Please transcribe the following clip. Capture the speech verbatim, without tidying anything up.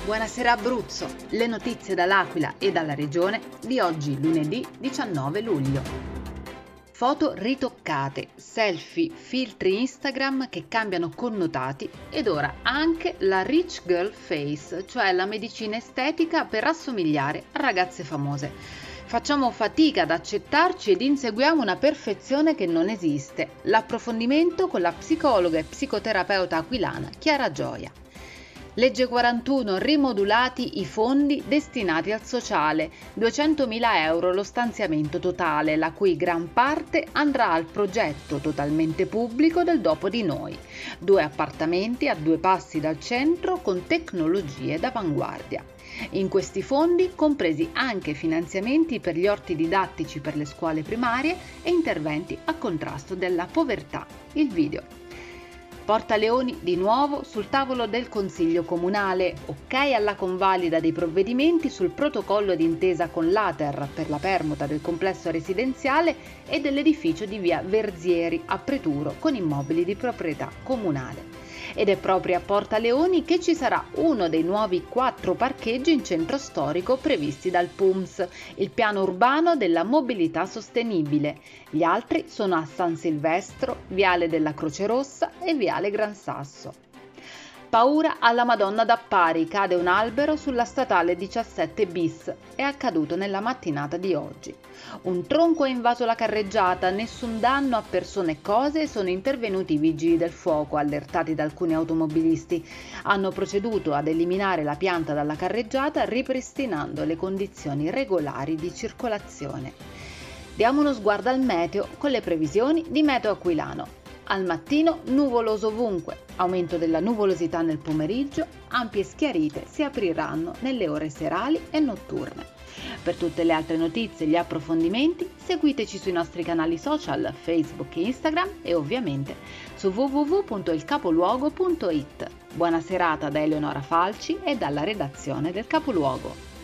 Buonasera Abruzzo, le notizie dall'Aquila e dalla regione di oggi lunedì diciannove luglio. Foto ritoccate, selfie, filtri Instagram che cambiano connotati ed ora anche la rich girl face, cioè la medicina estetica per assomigliare a ragazze famose. Facciamo fatica ad accettarci ed inseguiamo una perfezione che non esiste. L'approfondimento con la psicologa e psicoterapeuta aquilana Chiara Gioia. Legge quarantuno, rimodulati i fondi destinati al sociale, duecentomila euro lo stanziamento totale, la cui gran parte andrà al progetto totalmente pubblico del Dopo di Noi. Due appartamenti a due passi dal centro con tecnologie d'avanguardia. In questi fondi compresi anche finanziamenti per gli orti didattici per le scuole primarie e interventi a contrasto della povertà. Il video. Porta Leoni di nuovo sul tavolo del Consiglio Comunale, ok alla convalida dei provvedimenti sul protocollo d'intesa con l'Ater per la permuta del complesso residenziale e dell'edificio di via Verzieri a Preturo con immobili di proprietà comunale. Ed è proprio a Porta Leoni che ci sarà uno dei nuovi quattro parcheggi in centro storico previsti dal P U M S, il piano urbano della mobilità sostenibile. Gli altri sono a San Silvestro, Viale della Croce Rossa e Viale Gran Sasso. Paura alla Madonna d'Appari, cade un albero sulla statale diciassette bis, è accaduto nella mattinata di oggi. Un tronco ha invaso la carreggiata, nessun danno a persone e cose, sono intervenuti i vigili del fuoco, allertati da alcuni automobilisti. Hanno proceduto ad eliminare la pianta dalla carreggiata, ripristinando le condizioni regolari di circolazione. Diamo uno sguardo al meteo con le previsioni di Meteo Aquilano. Al mattino nuvoloso ovunque, aumento della nuvolosità nel pomeriggio, ampie schiarite si apriranno nelle ore serali e notturne. Per tutte le altre notizie e gli approfondimenti seguiteci sui nostri canali social Facebook e Instagram e ovviamente su w w w punto il capoluogo punto it. Buona serata da Eleonora Falci e dalla redazione del Capoluogo.